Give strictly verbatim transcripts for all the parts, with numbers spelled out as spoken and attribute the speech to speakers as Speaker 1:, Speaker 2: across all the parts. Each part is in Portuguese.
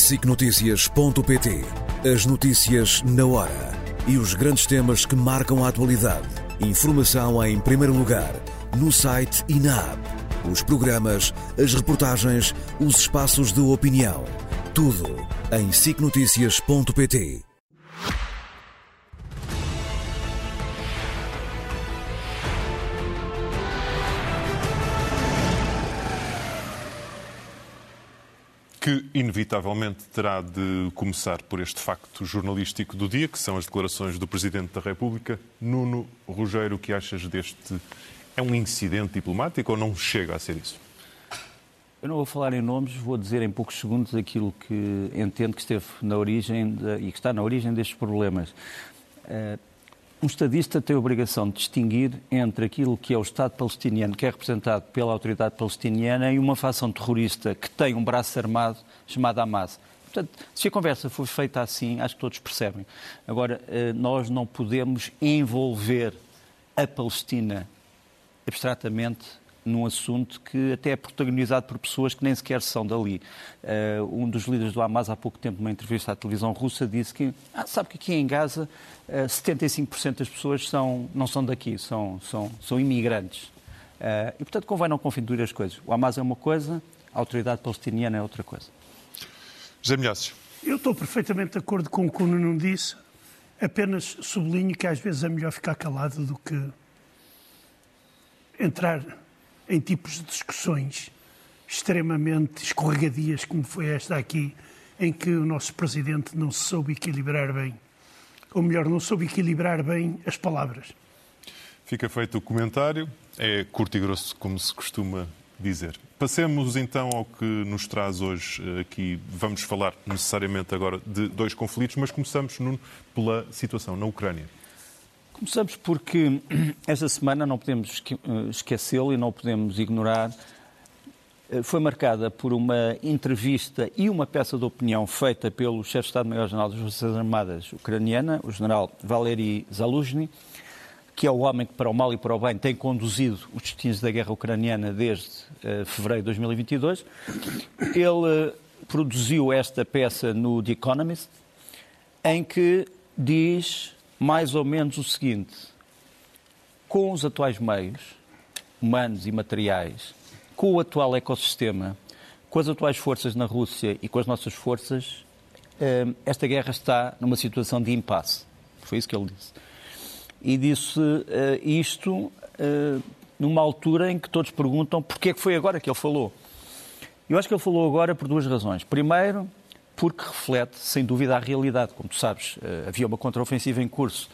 Speaker 1: sic notícias ponto pt. As notícias na hora e os grandes temas que marcam a atualidade. Informação em primeiro lugar, no site e na app. Os programas, as reportagens, os espaços de opinião. Tudo em sic notícias ponto pt.
Speaker 2: Que inevitavelmente terá de começar por este facto jornalístico do dia, que são as declarações do Presidente da República. Nuno Rogério, o que achas deste? É um incidente diplomático ou não chega a ser isso?
Speaker 3: Eu não vou falar em nomes, vou dizer em poucos segundos aquilo que entendo que esteve na origem de, e que está na origem destes problemas. Uh, um estadista tem a obrigação de distinguir entre aquilo que é o Estado palestiniano, que é representado pela autoridade palestiniana, e uma facção terrorista que tem um braço armado chamado Hamas. Portanto, se a conversa for feita assim, acho que todos percebem. Agora, nós não podemos envolver a Palestina abstratamente num assunto que até é protagonizado por pessoas que nem sequer são dali. Uh, um dos líderes do Hamas, há pouco tempo, numa entrevista à televisão russa, disse que, ah, sabe que aqui em Gaza, uh, setenta e cinco por cento das pessoas são, não são daqui, são, são, são imigrantes. Uh, e, portanto, convém não confundir as coisas. O Hamas é uma coisa, a autoridade palestiniana é outra coisa.
Speaker 2: José Milhazes.
Speaker 4: Eu estou perfeitamente de acordo com o que o Nuno disse, apenas sublinho que às vezes é melhor ficar calado do que entrar em tipos de discussões extremamente escorregadias, como foi esta aqui, em que o nosso Presidente não se soube equilibrar bem. Ou melhor, não soube equilibrar bem as palavras.
Speaker 2: Fica feito o comentário. É curto e grosso, como se costuma dizer. Passemos então ao que nos traz hoje aqui. Vamos falar necessariamente agora de dois conflitos, mas começamos, Nuno, pela situação na Ucrânia.
Speaker 3: Começamos porque esta semana, não podemos esquecê-lo e não podemos ignorar, foi marcada por uma entrevista e uma peça de opinião feita pelo chefe de Estado-Maior-General das Forças Armadas ucraniana, o general Valery Zaluzhny, que é o homem que, para o mal e para o bem, tem conduzido os destinos da guerra ucraniana desde uh, fevereiro de dois mil e vinte e dois. Ele uh, produziu esta peça no The Economist, em que diz mais ou menos o seguinte: com os atuais meios humanos e materiais, com o atual ecossistema, com as atuais forças na Rússia e com as nossas forças, esta guerra está numa situação de impasse. Foi isso que ele disse. E disse isto numa altura em que todos perguntam porquê é que foi agora que ele falou. Eu acho que ele falou agora por duas razões. Primeiro, porque reflete, sem dúvida, a realidade. Como tu sabes, havia uma contraofensiva em curso.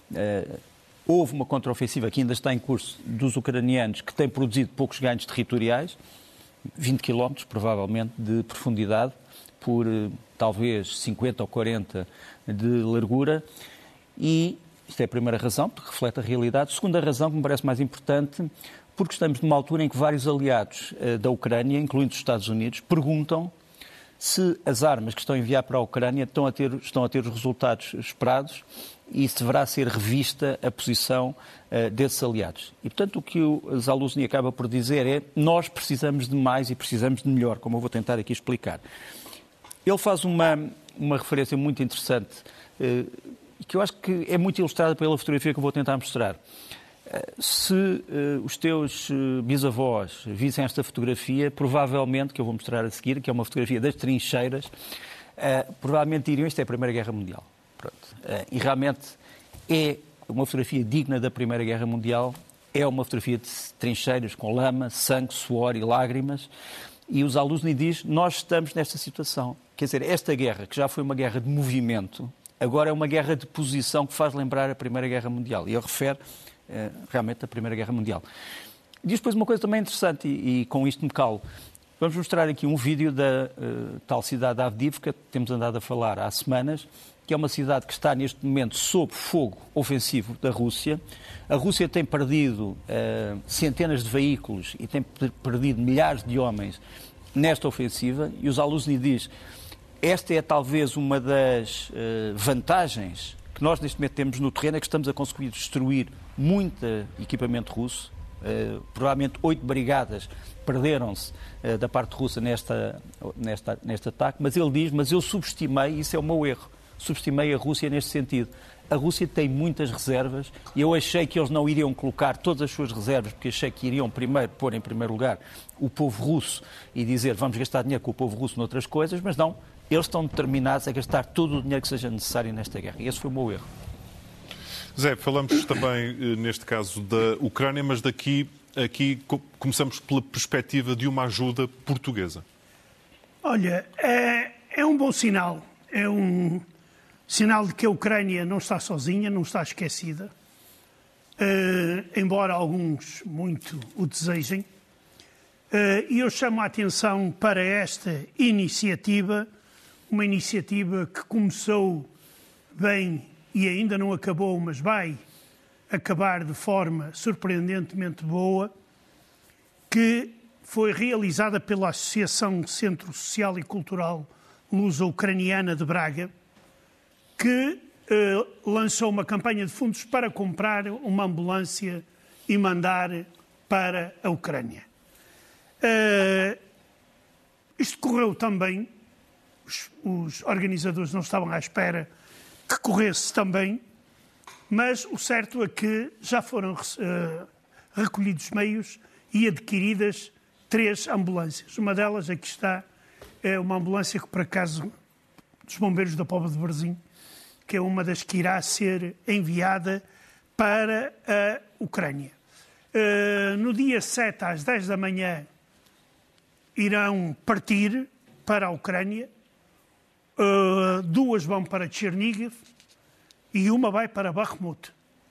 Speaker 3: Houve uma contraofensiva que ainda está em curso dos ucranianos, que tem produzido poucos ganhos territoriais, vinte quilómetros, provavelmente, de profundidade, por talvez cinquenta ou quarenta de largura. E isto é a primeira razão, porque reflete a realidade. Segunda razão, que me parece mais importante, porque estamos numa altura em que vários aliados da Ucrânia, incluindo os Estados Unidos, perguntam se as armas que estão a enviar para a Ucrânia estão a ter, estão a ter os resultados esperados e se deverá ser revista a posição uh, desses aliados. E, portanto, o que o Zaluzhny acaba por dizer é: nós precisamos de mais e precisamos de melhor, como eu vou tentar aqui explicar. Ele faz uma, uma referência muito interessante, uh, que eu acho que é muito ilustrada pela fotografia que eu vou tentar mostrar. Se uh, os teus uh, bisavós vissem esta fotografia, provavelmente, que eu vou mostrar a seguir, que é uma fotografia das trincheiras, uh, provavelmente diriam: isto é a Primeira Guerra Mundial. Pronto. Uh, e realmente é uma fotografia digna da Primeira Guerra Mundial, é uma fotografia de trincheiras com lama, sangue, suor e lágrimas, e o Zaluzhny diz: nós estamos nesta situação. Quer dizer, esta guerra, que já foi uma guerra de movimento, agora é uma guerra de posição que faz lembrar a Primeira Guerra Mundial. E ele refere realmente a Primeira Guerra Mundial. Diz depois uma coisa também interessante, e, e com isto me calo. Vamos mostrar aqui um vídeo da uh, tal cidade de Avdiivka, que temos andado a falar há semanas, que é uma cidade que está neste momento sob fogo ofensivo da Rússia. A Rússia tem perdido uh, centenas de veículos e tem perdido milhares de homens nesta ofensiva, e o Zaluzhny diz: esta é talvez uma das uh, vantagens que nós neste momento temos no terreno, é que estamos a conseguir destruir muito equipamento russo. Uh, provavelmente oito brigadas perderam-se uh, da parte russa nesta, nesta, neste ataque, mas ele diz, mas eu subestimei, isso é o meu erro, subestimei a Rússia neste sentido. A Rússia tem muitas reservas e eu achei que eles não iriam colocar todas as suas reservas, porque achei que iriam primeiro pôr em primeiro lugar o povo russo e dizer vamos gastar dinheiro com o povo russo noutras coisas, mas não, eles estão determinados a gastar todo o dinheiro que seja necessário nesta guerra. E esse foi o meu erro.
Speaker 2: Zé, falamos também, neste caso, da Ucrânia, mas daqui aqui começamos pela perspectiva de uma ajuda portuguesa.
Speaker 4: Olha, é, é um bom sinal. É um sinal de que a Ucrânia não está sozinha, não está esquecida, uh, embora alguns muito o desejem. Uh, e eu chamo a atenção para esta iniciativa, uma iniciativa que começou bem e ainda não acabou, mas vai acabar de forma surpreendentemente boa, que foi realizada pela Associação Centro Social e Cultural Luso-Ucraniana de Braga, que eh, lançou uma campanha de fundos para comprar uma ambulância e mandar para a Ucrânia. Uh, isto correu também, os, os organizadores não estavam à espera que corresse também, mas o certo é que já foram uh, recolhidos meios e adquiridas três ambulâncias. Uma delas, aqui está, é uma ambulância que, por acaso, dos bombeiros da Póvoa de Varzim, que é uma das que irá ser enviada para a Ucrânia. Uh, no dia sete, às dez da manhã, irão partir para a Ucrânia. Uh, duas vão para Chernihiv e uma vai para Bakhmut.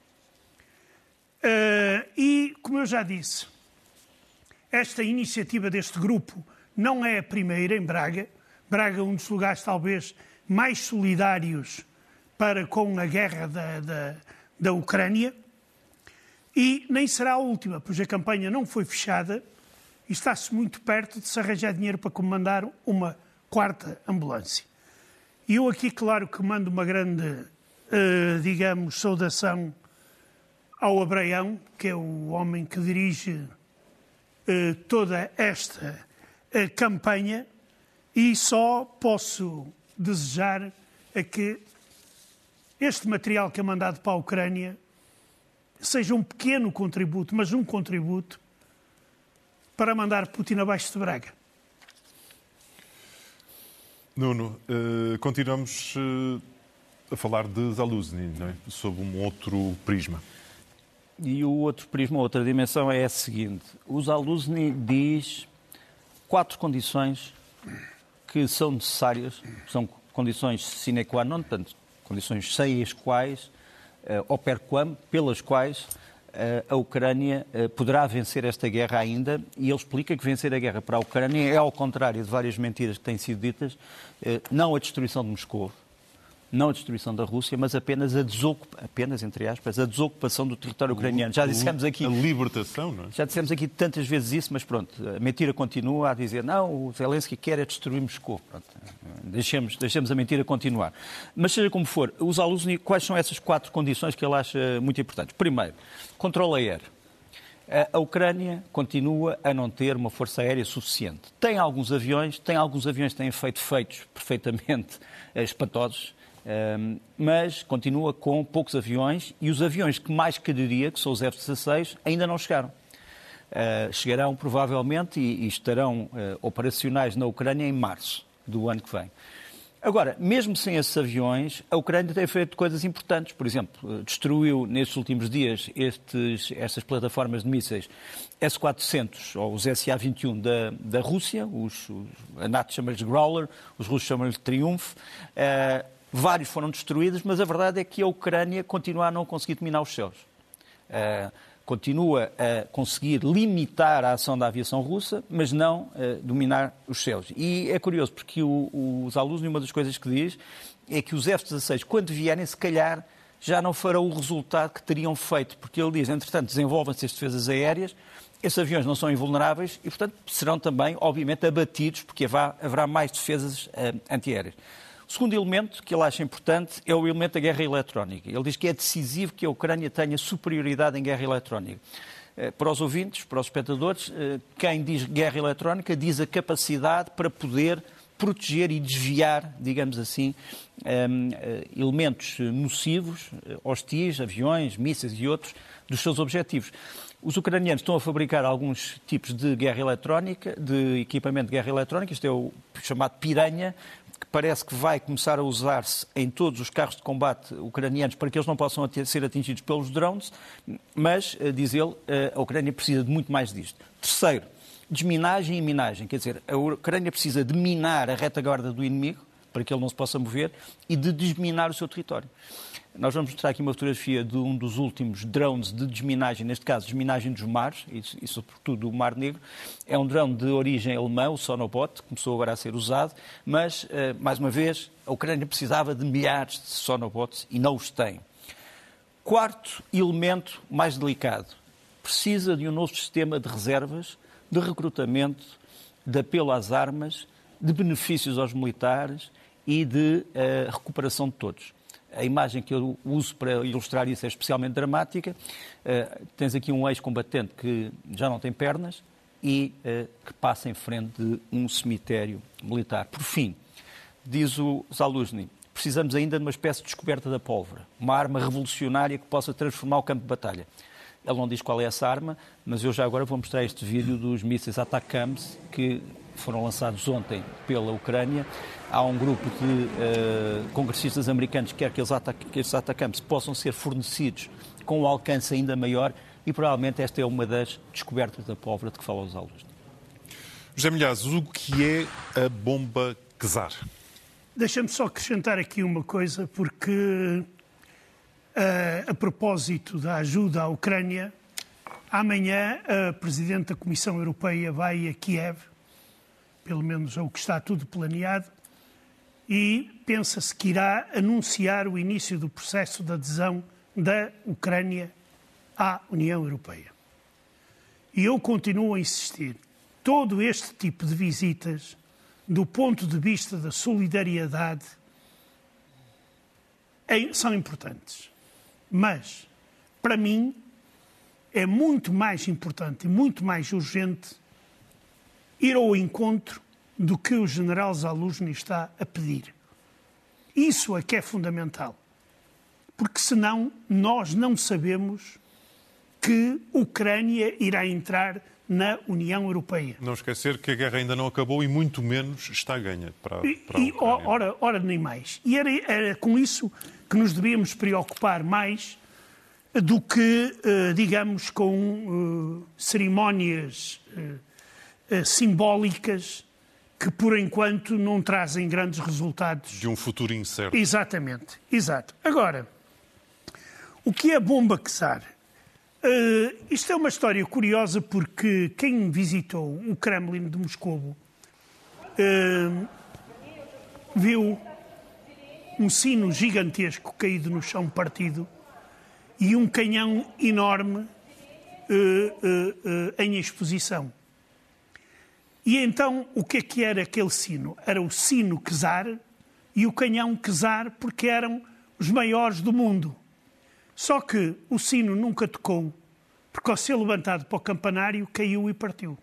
Speaker 4: Uh, e, como eu já disse, esta iniciativa deste grupo não é a primeira em Braga. Braga é um dos lugares talvez mais solidários para com a guerra da, da, da Ucrânia, e nem será a última, pois a campanha não foi fechada e está-se muito perto de se arranjar dinheiro para comandar uma quarta ambulância. E eu aqui, claro, que mando uma grande, uh, digamos, saudação ao Abraião, que é o homem que dirige uh, toda esta uh, campanha, e só posso desejar a que este material que é mandado para a Ucrânia seja um pequeno contributo, mas um contributo para mandar Putin abaixo de Braga.
Speaker 2: Nuno, uh, continuamos uh, a falar de Zaluzny, não é? Sob um outro prisma.
Speaker 3: E o outro prisma, outra dimensão é a seguinte. O Zaluzny diz quatro condições que são necessárias, são condições sine qua non, portanto, condições sem as quais, uh, ou per quam, pelas quais uh, a Ucrânia uh, poderá vencer esta guerra ainda, e ele explica que vencer a guerra para a Ucrânia é, ao contrário de várias mentiras que têm sido ditas, uh, não a destruição de Moscou, não a destruição da Rússia, mas apenas a desocupação, apenas, entre aspas, a desocupação do território ucraniano. Já dissemos aqui...
Speaker 2: A libertação, não é?
Speaker 3: Já dissemos aqui tantas vezes isso, mas pronto, a mentira continua a dizer não, o Zelensky quer é destruir Moscou. Pronto, deixemos, deixemos a mentira continuar. Mas seja como for, o Zaluzny, quais são essas quatro condições que ele acha muito importantes? Primeiro, controle aéreo. A Ucrânia continua a não ter uma força aérea suficiente. Tem alguns aviões, tem alguns aviões que têm feito feitos perfeitamente espantosos, Um, mas continua com poucos aviões, e os aviões que mais quereria, que são os F dezasseis, ainda não chegaram. Uh, chegarão provavelmente e, e estarão uh, operacionais na Ucrânia em março do ano que vem. Agora, mesmo sem esses aviões, a Ucrânia tem feito coisas importantes. Por exemplo, uh, destruiu nestes últimos dias estes, estas plataformas de mísseis S quatrocentos, ou os S A vinte e um da, da Rússia, os, os, a NATO chama-lhes Growler, os russos chamam-lhes Triumph. Uh, Vários foram destruídos, mas a verdade é que a Ucrânia continua a não conseguir dominar os céus. Uh, continua a conseguir limitar a ação da aviação russa, mas não uh, dominar os céus. E é curioso, porque o, o Zaluzny, uma das coisas que diz, é que os F dezasseis, quando vierem, se calhar já não farão o resultado que teriam feito, porque ele diz, entretanto, desenvolvem-se as defesas aéreas, esses aviões não são invulneráveis e, portanto, serão também, obviamente, abatidos, porque haverá mais defesas uh, antiaéreas. O segundo elemento que ele acha importante é o elemento da guerra eletrónica. Ele diz que é decisivo que a Ucrânia tenha superioridade em guerra eletrónica. Para os ouvintes, para os espectadores, quem diz guerra eletrónica diz a capacidade para poder proteger e desviar, digamos assim, elementos nocivos, hostis, aviões, mísseis e outros, dos seus objetivos. Os ucranianos estão a fabricar alguns tipos de guerra eletrónica, de equipamento de guerra eletrónica, isto é o chamado Piranha, que parece que vai começar a usar-se em todos os carros de combate ucranianos para que eles não possam ser atingidos pelos drones, mas, diz ele, a Ucrânia precisa de muito mais disto. Terceiro, desminagem e minagem, quer dizer, a Ucrânia precisa de minar a retaguarda do inimigo para que ele não se possa mover e de desminar o seu território. Nós vamos mostrar aqui uma fotografia de um dos últimos drones de desminagem, neste caso desminagem dos mares, e, e sobretudo do Mar Negro. É um drone de origem alemã, o Sonobot, que começou agora a ser usado, mas, eh, mais uma vez, a Ucrânia precisava de milhares de Sonobots e não os tem. Quarto elemento mais delicado, precisa de um novo sistema de reservas, de recrutamento, de apelo às armas, de benefícios aos militares e de uh, recuperação de todos. A imagem que eu uso para ilustrar isso é especialmente dramática. Uh, tens aqui um ex-combatente que já não tem pernas e uh, que passa em frente de um cemitério militar. Por fim, diz o Zaluzny, precisamos ainda de uma espécie de descoberta da pólvora, uma arma revolucionária que possa transformar o campo de batalha. Ele não diz qual é essa arma, mas eu já agora vou mostrar este vídeo dos mísseis ATACMS que foram lançados ontem pela Ucrânia. Há um grupo de uh, congressistas americanos que quer que, eles ataque, que esses ATACMS possam ser fornecidos com um alcance ainda maior e provavelmente esta é uma das descobertas da pólvora de que fala os alunos.
Speaker 2: José Milhazes, o que é a bomba Czar?
Speaker 4: Deixa-me só acrescentar aqui uma coisa, porque uh, a propósito da ajuda à Ucrânia, amanhã a Presidente da Comissão Europeia vai a Kiev, pelo menos é o que está tudo planeado, e pensa-se que irá anunciar o início do processo de adesão da Ucrânia à União Europeia. E eu continuo a insistir, todo este tipo de visitas, do ponto de vista da solidariedade, são importantes. Mas, para mim, é muito mais importante e muito mais urgente ir ao encontro do que o general Zaluzny está a pedir. Isso é que é fundamental. Porque senão nós não sabemos que a Ucrânia irá entrar na União Europeia.
Speaker 2: Não esquecer que a guerra ainda não acabou e muito menos está ganha para, para a
Speaker 4: e,
Speaker 2: Ucrânia.
Speaker 4: Ora, ora nem mais. E era, era com isso que nos devíamos preocupar mais do que, digamos, com cerimónias simbólicas que, por enquanto, não trazem grandes resultados.
Speaker 2: De um futuro incerto.
Speaker 4: Exatamente, exato. Agora, o que é a bomba Czar? Uh, isto é uma história curiosa porque quem visitou o Kremlin de Moscovo uh, viu um sino gigantesco caído no chão partido e um canhão enorme uh, uh, uh, em exposição. E então, o que é que era aquele sino? Era o sino Czar e o canhão Czar, porque eram os maiores do mundo. Só que o sino nunca tocou, porque ao ser levantado para o campanário, caiu e partiu.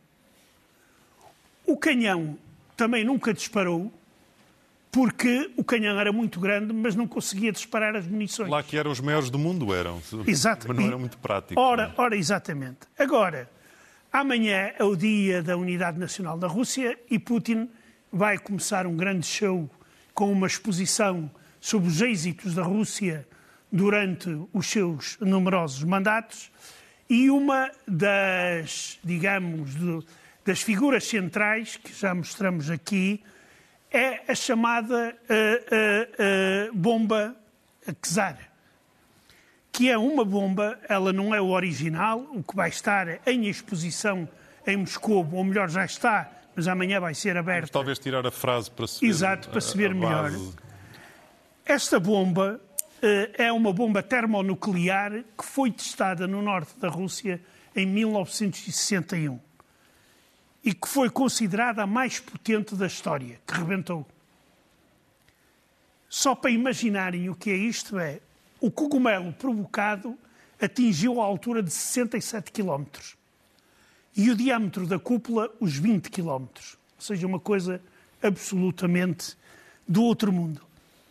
Speaker 4: O canhão também nunca disparou, porque o canhão era muito grande, mas não conseguia disparar as munições.
Speaker 2: Lá que eram os maiores do mundo, eram.
Speaker 4: Exato.
Speaker 2: Mas não era muito prático.
Speaker 4: Ora, ora, exatamente. Agora, amanhã é o dia da Unidade Nacional da Rússia e Putin vai começar um grande show com uma exposição sobre os êxitos da Rússia durante os seus numerosos mandatos e uma das, digamos, do, das figuras centrais, que já mostramos aqui, é a chamada uh, uh, uh, bomba Czar, que é uma bomba, ela não é o original, o que vai estar em exposição em Moscou, ou melhor, já está, mas amanhã vai ser aberta.
Speaker 2: Vamos talvez tirar a frase para se ver.
Speaker 4: Exato, para se ver
Speaker 2: a, a
Speaker 4: melhor.
Speaker 2: base.
Speaker 4: Esta bomba é uma bomba termonuclear que foi testada no norte da Rússia em mil novecentos e sessenta e um e que foi considerada a mais potente da história, que rebentou. Só para imaginarem o que é isto, é o cogumelo provocado atingiu a altura de sessenta e sete quilómetros e o diâmetro da cúpula os vinte quilómetros. Ou seja, uma coisa absolutamente do outro mundo.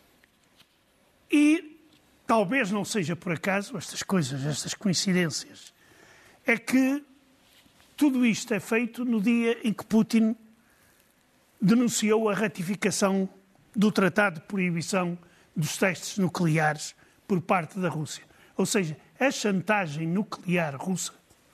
Speaker 4: E talvez não seja por acaso estas coisas, estas coincidências, é que tudo isto é feito no dia em que Putin denunciou a ratificação do Tratado de Proibição dos Testes Nucleares por parte da Rússia. Ou seja, a chantagem nuclear russa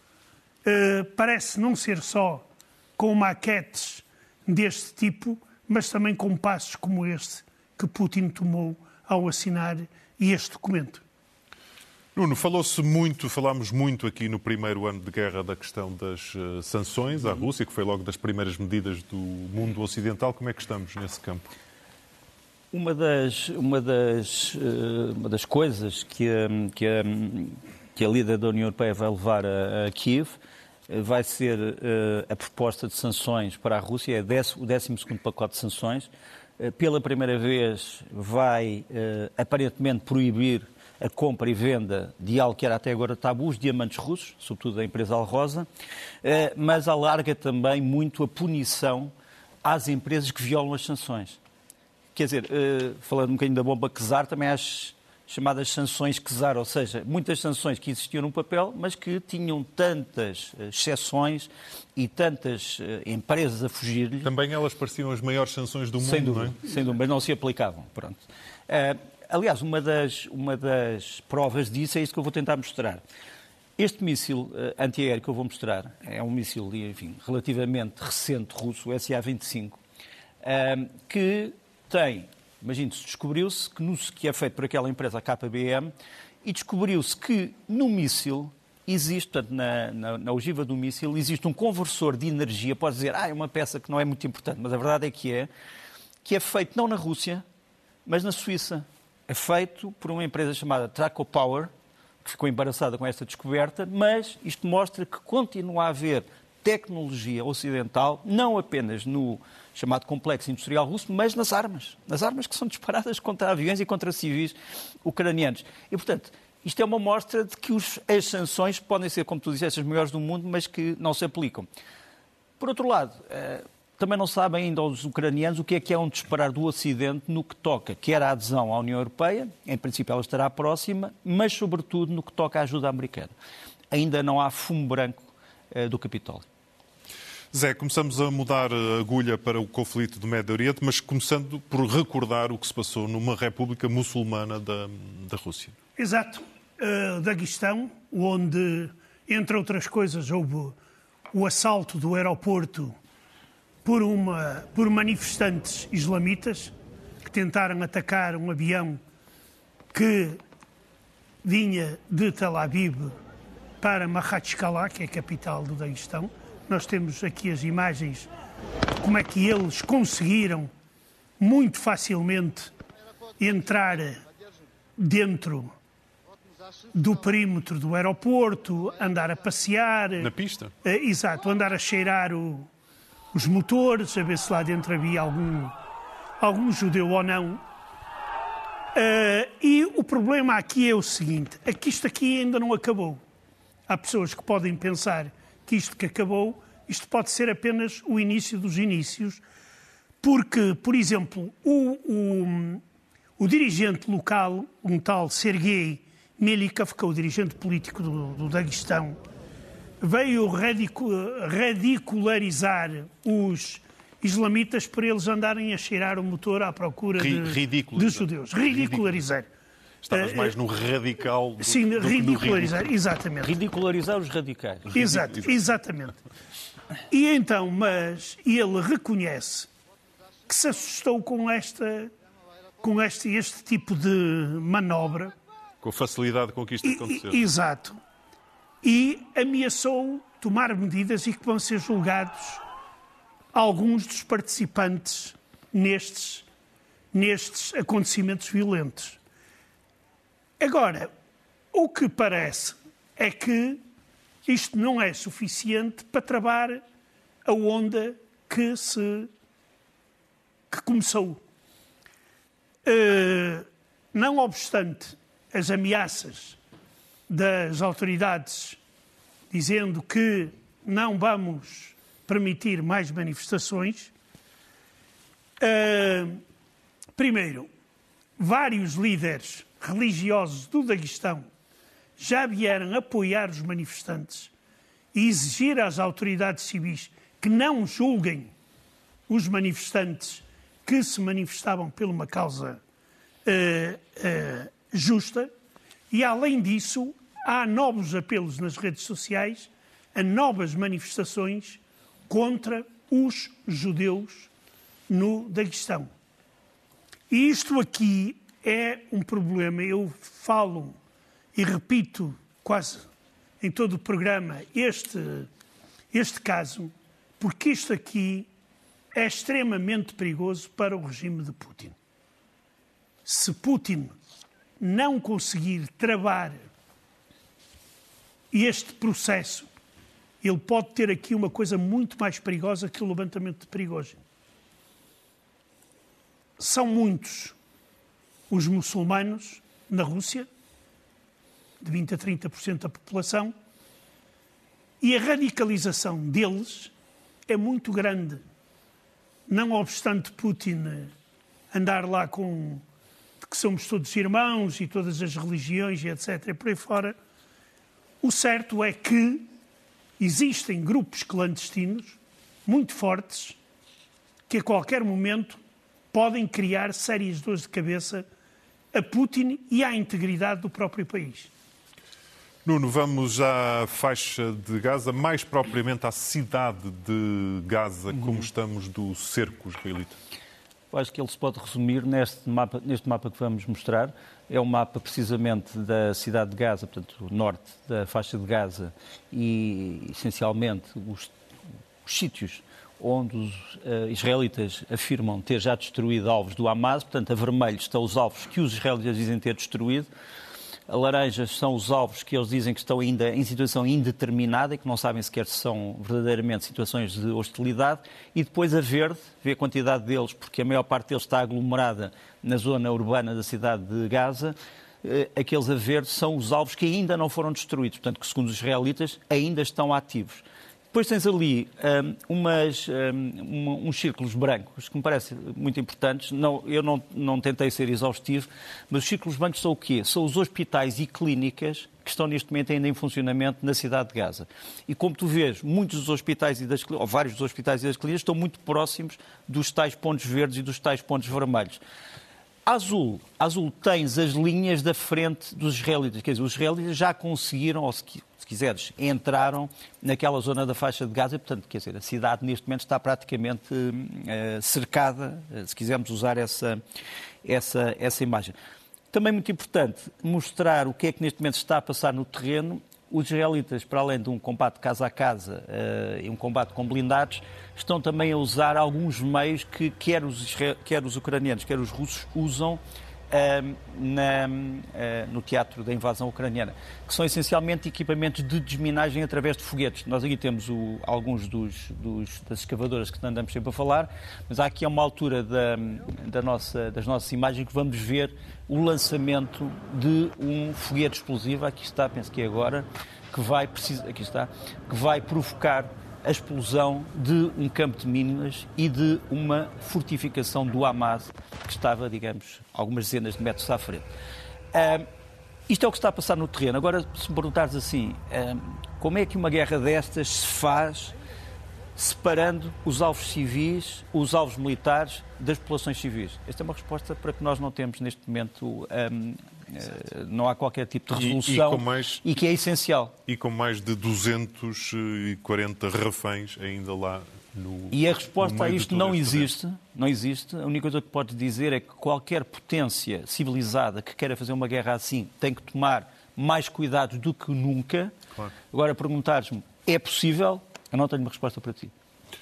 Speaker 4: uh, parece não ser só com maquetes deste tipo, mas também com passos como este que Putin tomou ao assinar este documento.
Speaker 2: Nuno, falou-se muito, falámos muito aqui no primeiro ano de guerra da questão das uh, sanções à Rússia, que foi logo das primeiras medidas do mundo ocidental. Como é que estamos nesse campo?
Speaker 3: Uma das, uma das, uh, uma das coisas que a, que, a, que a líder da União Europeia vai levar a, a Kiev uh, vai ser uh, a proposta de sanções para a Rússia, é o décimo segundo pacote de sanções. Uh, pela primeira vez vai uh, aparentemente proibir a compra e venda de algo que era até agora tabu, os diamantes russos, sobretudo da empresa Alrosa, mas alarga também muito a punição às empresas que violam as sanções. Quer dizer, falando um bocadinho da bomba Czar, também há as chamadas sanções Czar, ou seja, muitas sanções que existiam no papel, mas que tinham tantas exceções e tantas empresas a fugir-lhe.
Speaker 2: Também elas pareciam as maiores sanções do mundo,
Speaker 3: sem dúvida,
Speaker 2: não é?
Speaker 3: Sem dúvida, mas não se aplicavam. Pronto. Aliás, uma das, uma das provas disso é isso que eu vou tentar mostrar. Este míssil uh, antiaéreo que eu vou mostrar é um míssil, enfim, relativamente recente russo, o S A vinte e cinco, uh, que tem, imagine-se, descobriu-se que, no, que é feito por aquela empresa, a K B M, e descobriu-se que no míssil existe, portanto, na, na, na ogiva do míssil, existe um conversor de energia, pode dizer, ah, é uma peça que não é muito importante, mas a verdade é que é, que é feito não na Rússia, mas na Suíça. É feito por uma empresa chamada Traco Power, que ficou embaraçada com esta descoberta, mas isto mostra que continua a haver tecnologia ocidental, não apenas no chamado complexo industrial russo, mas nas armas. Nas armas que são disparadas contra aviões e contra civis ucranianos. E, portanto, isto é uma mostra de que os, as sanções podem ser, como tu disseste, as melhores do mundo, mas que não se aplicam. Por outro lado, também não sabem ainda os ucranianos o que é que é um disparar do Ocidente no que toca, quer a adesão à União Europeia, em princípio ela estará próxima, mas sobretudo no que toca à ajuda americana. Ainda não há fumo branco uh, do Capitólio.
Speaker 2: Zé, começamos a mudar a agulha para o conflito do Médio Oriente, mas começando por recordar o que se passou numa república muçulmana da, da Rússia.
Speaker 4: Exato. Uh, Daguestão, onde, entre outras coisas, houve o assalto do aeroporto por, uma, por manifestantes islamitas que tentaram atacar um avião que vinha de Tel Aviv para Makhachkala, que é a capital do Daguestão. Nós temos aqui as imagens de como é que eles conseguiram muito facilmente entrar dentro do perímetro do aeroporto, andar a passear.
Speaker 2: Na pista?
Speaker 4: Uh, exato, andar a cheirar o, os motores, a ver se lá dentro havia algum, algum judeu ou não. Uh, e o problema aqui é o seguinte, é que isto aqui ainda não acabou. Há pessoas que podem pensar que isto que acabou, isto pode ser apenas o início dos inícios, porque, por exemplo, o, o, o dirigente local, um tal Sergei Melikov, que é o dirigente político do, do Daguestão, veio radicu, radicularizar os islamitas para eles andarem a cheirar o motor à procura de, de judeus. Ridicularizar.
Speaker 2: Estavas mais no radical do,
Speaker 4: Sim,
Speaker 2: do
Speaker 4: ridicularizar,
Speaker 2: ridículo.
Speaker 4: Exatamente.
Speaker 3: Ridicularizar os radicais.
Speaker 4: Exato, exatamente. E então, mas ele reconhece que se assustou com esta, com este, este tipo de manobra.
Speaker 2: Com a facilidade com que isto aconteceu.
Speaker 4: E, exato. E ameaçou tomar medidas e que vão ser julgados alguns dos participantes nestes, nestes acontecimentos violentos. Agora, o que parece é que isto não é suficiente para travar a onda que se que começou. Uh, não obstante as ameaças das autoridades dizendo que não vamos permitir mais manifestações. Uh, primeiro, vários líderes religiosos do Daguestão já vieram apoiar os manifestantes e exigir às autoridades civis que não julguem os manifestantes que se manifestavam por uma causa uh, uh, justa. E, além disso, há novos apelos nas redes sociais a novas manifestações contra os judeus no Daguestão. E isto aqui é um problema. Eu falo e repito quase em todo o programa este, este caso, porque isto aqui é extremamente perigoso para o regime de Putin. Se Putin não conseguir travar este processo, ele pode ter aqui uma coisa muito mais perigosa que o levantamento de Prigozhin. São muitos os muçulmanos na Rússia, de vinte a trinta por cento da população, e a radicalização deles é muito grande. Não obstante Putin andar lá com que somos todos irmãos e todas as religiões e etcétera, por aí fora, o certo é que existem grupos clandestinos muito fortes que a qualquer momento podem criar sérias dores de cabeça a Putin e à integridade do próprio país.
Speaker 2: Nuno, vamos à faixa de Gaza, mais propriamente à cidade de Gaza, uhum. Como estamos do cerco israelita?
Speaker 3: Eu acho que ele se pode resumir neste mapa, neste mapa que vamos mostrar. É um mapa precisamente da cidade de Gaza, portanto, o norte da faixa de Gaza e, essencialmente, os, os sítios onde os uh, israelitas afirmam ter já destruído alvos do Hamas. Portanto, a vermelho estão os alvos que os israelitas dizem ter destruído. A laranja são os alvos que eles dizem que estão ainda em situação indeterminada e que não sabem sequer se são verdadeiramente situações de hostilidade. E depois a verde, vê a quantidade deles, porque a maior parte deles está aglomerada na zona urbana da cidade de Gaza. Aqueles a verde são os alvos que ainda não foram destruídos, portanto, que segundo os israelitas ainda estão ativos. Depois tens ali um, umas, um, uns círculos brancos que me parecem muito importantes. Não, eu não, não tentei ser exaustivo, mas os círculos brancos são o quê? São os hospitais e clínicas que estão neste momento ainda em funcionamento na cidade de Gaza. E como tu vês, muitos dos hospitais e das, ou vários dos hospitais e das clínicas estão muito próximos dos tais pontos verdes e dos tais pontos vermelhos. Azul, azul tens as linhas da frente dos israelitas. Quer dizer, os israelitas já conseguiram, ou se, se quiseres, entraram naquela zona da faixa de Gaza. Portanto, quer dizer, a cidade neste momento está praticamente uh, cercada, uh, se quisermos usar essa, essa, essa imagem. Também muito importante mostrar o que é que neste momento está a passar no terreno. Os israelitas, para além de um combate casa a casa uh, e um combate com blindados, estão também a usar alguns meios que quer os, quer os ucranianos, quer os russos usam uh, na, uh, no teatro da invasão ucraniana, que são essencialmente equipamentos de desminagem através de foguetes. Nós aqui temos o, alguns dos, dos, das escavadoras que andamos sempre a falar, mas há aqui a uma altura da, da nossa, das nossas imagens que vamos ver o lançamento de um foguete explosivo, aqui está, penso que é agora, que vai, aqui está, que vai provocar a explosão de um campo de minas e de uma fortificação do Hamas que estava, digamos, algumas dezenas de metros à frente. Uh, isto é o que está a passar no terreno. Agora, se me perguntares assim, uh, como é que uma guerra destas se faz separando os alvos civis, os alvos militares das populações civis? Esta é uma resposta para que nós não temos neste momento, um, uh, não há qualquer tipo de resolução e, e, mais, e que é essencial.
Speaker 2: E com mais de duzentos e quarenta reféns ainda lá no
Speaker 3: E a resposta a isto não existe, não existe. A única coisa que podes dizer é que qualquer potência civilizada que queira fazer uma guerra assim tem que tomar mais cuidado do que nunca. Claro. Agora, perguntares-me, é possível? Eu não tenho uma resposta para ti.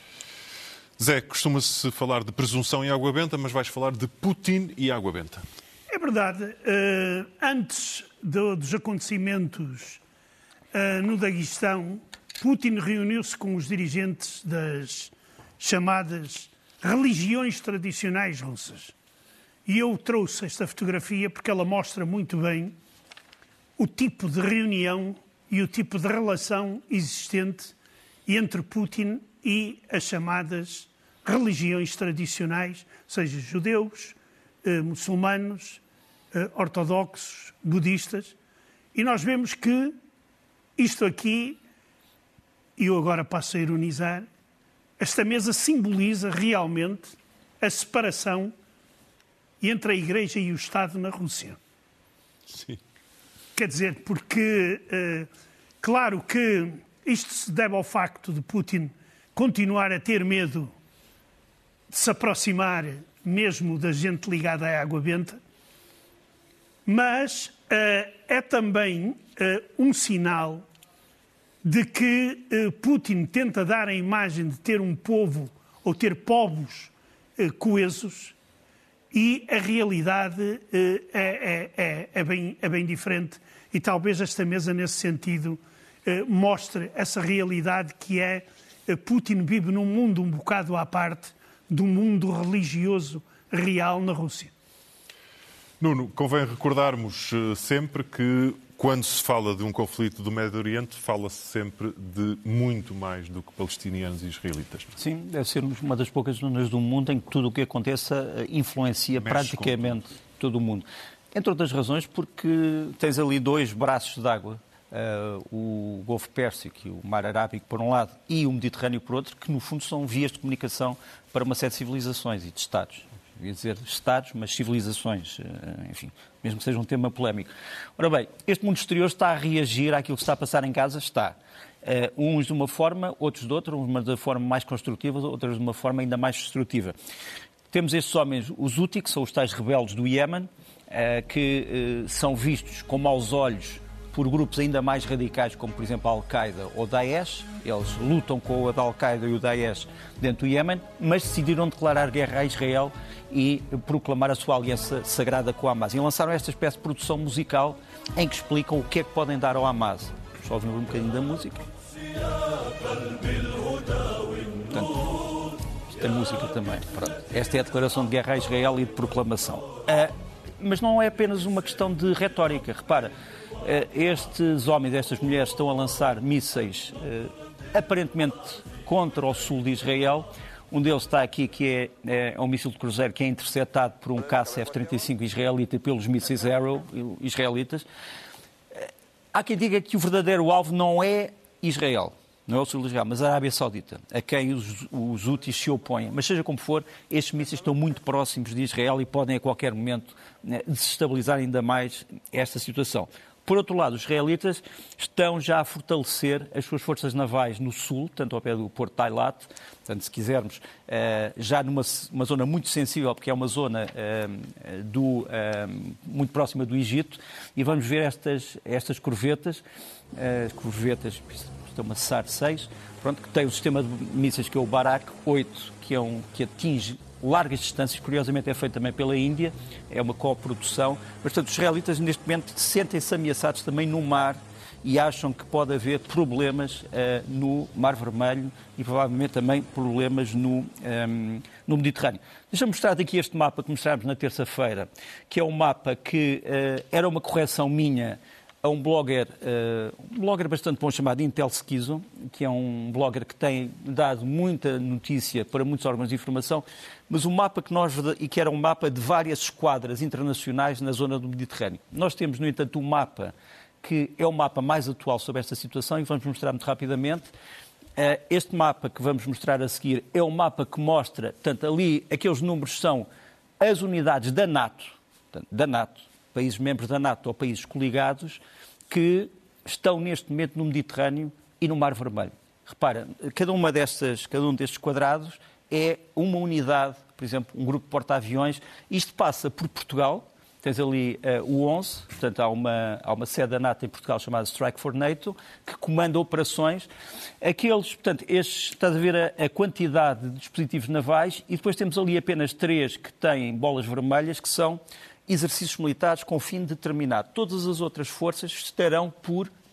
Speaker 2: Zé, costuma-se falar de presunção e água benta, mas vais falar de Putin e água benta.
Speaker 4: É verdade. Uh, antes do, dos acontecimentos uh, no Daguestão, Putin reuniu-se com os dirigentes das chamadas religiões tradicionais russas. E eu trouxe esta fotografia porque ela mostra muito bem o tipo de reunião e o tipo de relação existente entre Putin e as chamadas religiões tradicionais, seja judeus, eh, muçulmanos, eh, ortodoxos, budistas. E nós vemos que isto aqui, e eu agora passo a ironizar, esta mesa simboliza realmente a separação entre a Igreja e o Estado na Rússia.
Speaker 2: Sim.
Speaker 4: Quer dizer, porque, eh, claro que isto se deve ao facto de Putin continuar a ter medo de se aproximar mesmo da gente ligada à água benta, mas uh, é também uh, um sinal de que uh, Putin tenta dar a imagem de ter um povo ou ter povos uh, coesos, e a realidade uh, é, é, é, bem, é bem diferente, e talvez esta mesa nesse sentido uh, mostre essa realidade que é uh, Putin vive num mundo um bocado à parte do mundo religioso real na Rússia.
Speaker 2: Nuno, convém recordarmos sempre que quando se fala de um conflito do Médio Oriente, fala-se sempre de muito mais do que palestinianos e israelitas.
Speaker 3: Sim, deve ser uma das poucas zonas do mundo em que tudo o que aconteça influencia Mexe praticamente todo o mundo. Entre outras razões porque tens ali dois braços de água, uh, o Golfo Pérsico e o Mar Arábico por um lado e o Mediterrâneo por outro, que no fundo são vias de comunicação para uma série de civilizações e de Estados. Eu ia dizer Estados, mas civilizações, enfim, mesmo que seja um tema polémico. Ora bem, este mundo exterior está a reagir àquilo que está a passar em casa? Está. Uh, uns de uma forma, outros de outra, uns de uma forma mais construtiva, outros de uma forma ainda mais destrutiva. Temos estes homens, os Houthi, que são os tais rebeldes do Iémen, uh, que uh, são vistos com maus olhos por grupos ainda mais radicais, como por exemplo a Al-Qaeda ou Daesh. Eles lutam com a Al-Qaeda e o Daesh dentro do Iémen, mas decidiram declarar guerra a Israel e proclamar a sua aliança sagrada com o Hamas. E lançaram esta espécie de produção musical em que explicam o que é que podem dar ao Hamas. Só ouvimos um bocadinho da música. Portanto, isto é música também. Pronto. Esta é a declaração de guerra a Israel e de proclamação. Uh, mas não é apenas uma questão de retórica. Repara, uh, estes homens, estas mulheres estão a lançar mísseis uh, aparentemente contra o sul de Israel. Um deles está aqui, que é, é um míssil de cruzeiro que é interceptado por um caça F trinta e cinco israelita pelos mísseis Arrow israelitas. Há quem diga que o verdadeiro alvo não é Israel, não é o sul de Israel, mas a Arábia Saudita, a quem os, os Houthis se opõem. Mas seja como for, estes mísseis estão muito próximos de Israel e podem a qualquer momento né, desestabilizar ainda mais esta situação. Por outro lado, os israelitas estão já a fortalecer as suas forças navais no sul, tanto ao pé do Porto de Eilat, portanto, se quisermos, já numa uma zona muito sensível, porque é uma zona do, muito próxima do Egito, e vamos ver estas, estas corvetas, as corvetas, isto é uma S A R seis, pronto, que tem o sistema de mísseis que é o Barak oito, que, é um, que atinge largas distâncias, curiosamente é feito também pela Índia, é uma coprodução, mas portanto os israelitas neste momento sentem-se ameaçados também no mar e acham que pode haver problemas uh, no Mar Vermelho e provavelmente também problemas no, um, no Mediterrâneo. Deixa-me mostrar aqui este mapa que mostramos na terça-feira, que é um mapa que uh, era uma correção minha a um blogger, uh, um blogger bastante bom chamado Intel Schizo, que é um blogger que tem dado muita notícia para muitos órgãos de informação, mas o mapa que nós, e que era um mapa de várias esquadras internacionais na zona do Mediterrâneo. Nós temos, no entanto, um mapa que é o mapa mais atual sobre esta situação e vamos mostrar muito rapidamente. Uh, este mapa que vamos mostrar a seguir é um mapa que mostra, portanto, ali aqueles números são as unidades da NATO, portanto, da NATO, países membros da NATO ou países coligados, que estão neste momento no Mediterrâneo e no Mar Vermelho. Repara, cada, uma destas, cada um destes quadrados é uma unidade, por exemplo, um grupo de porta-aviões. Isto passa por Portugal, tens ali uh, o onze, portanto há uma, há uma sede da NATO em Portugal chamada Strike for NATO, que comanda operações. Aqueles, portanto, estes, estás a ver a, a quantidade de dispositivos navais e depois temos ali apenas três que têm bolas vermelhas, que são exercícios militares com fim determinado. Todas as outras forças estarão por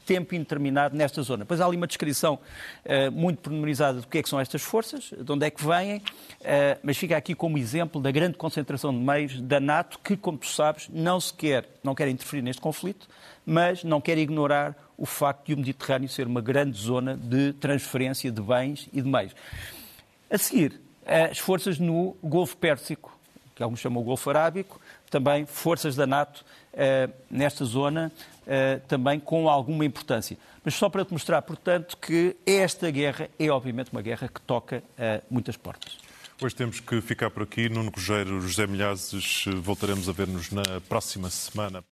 Speaker 3: tempo indeterminado nesta zona. Depois há ali uma descrição uh, muito pormenorizada do que é que são estas forças, de onde é que vêm, uh, mas fica aqui como exemplo da grande concentração de meios da NATO que, como tu sabes, não se quer, não quer interferir neste conflito, mas não quer ignorar o facto de o Mediterrâneo ser uma grande zona de transferência de bens e de meios. A seguir, as forças no Golfo Pérsico, que alguns chamam o Golfo Arábico, também forças da NATO uh, nesta zona, uh, também com alguma importância. Mas só para te mostrar, portanto, que esta guerra é obviamente uma guerra que toca uh, muitas portas.
Speaker 2: Hoje temos que ficar por aqui. Nuno Rogério, José Milhazes, voltaremos a ver-nos na próxima semana.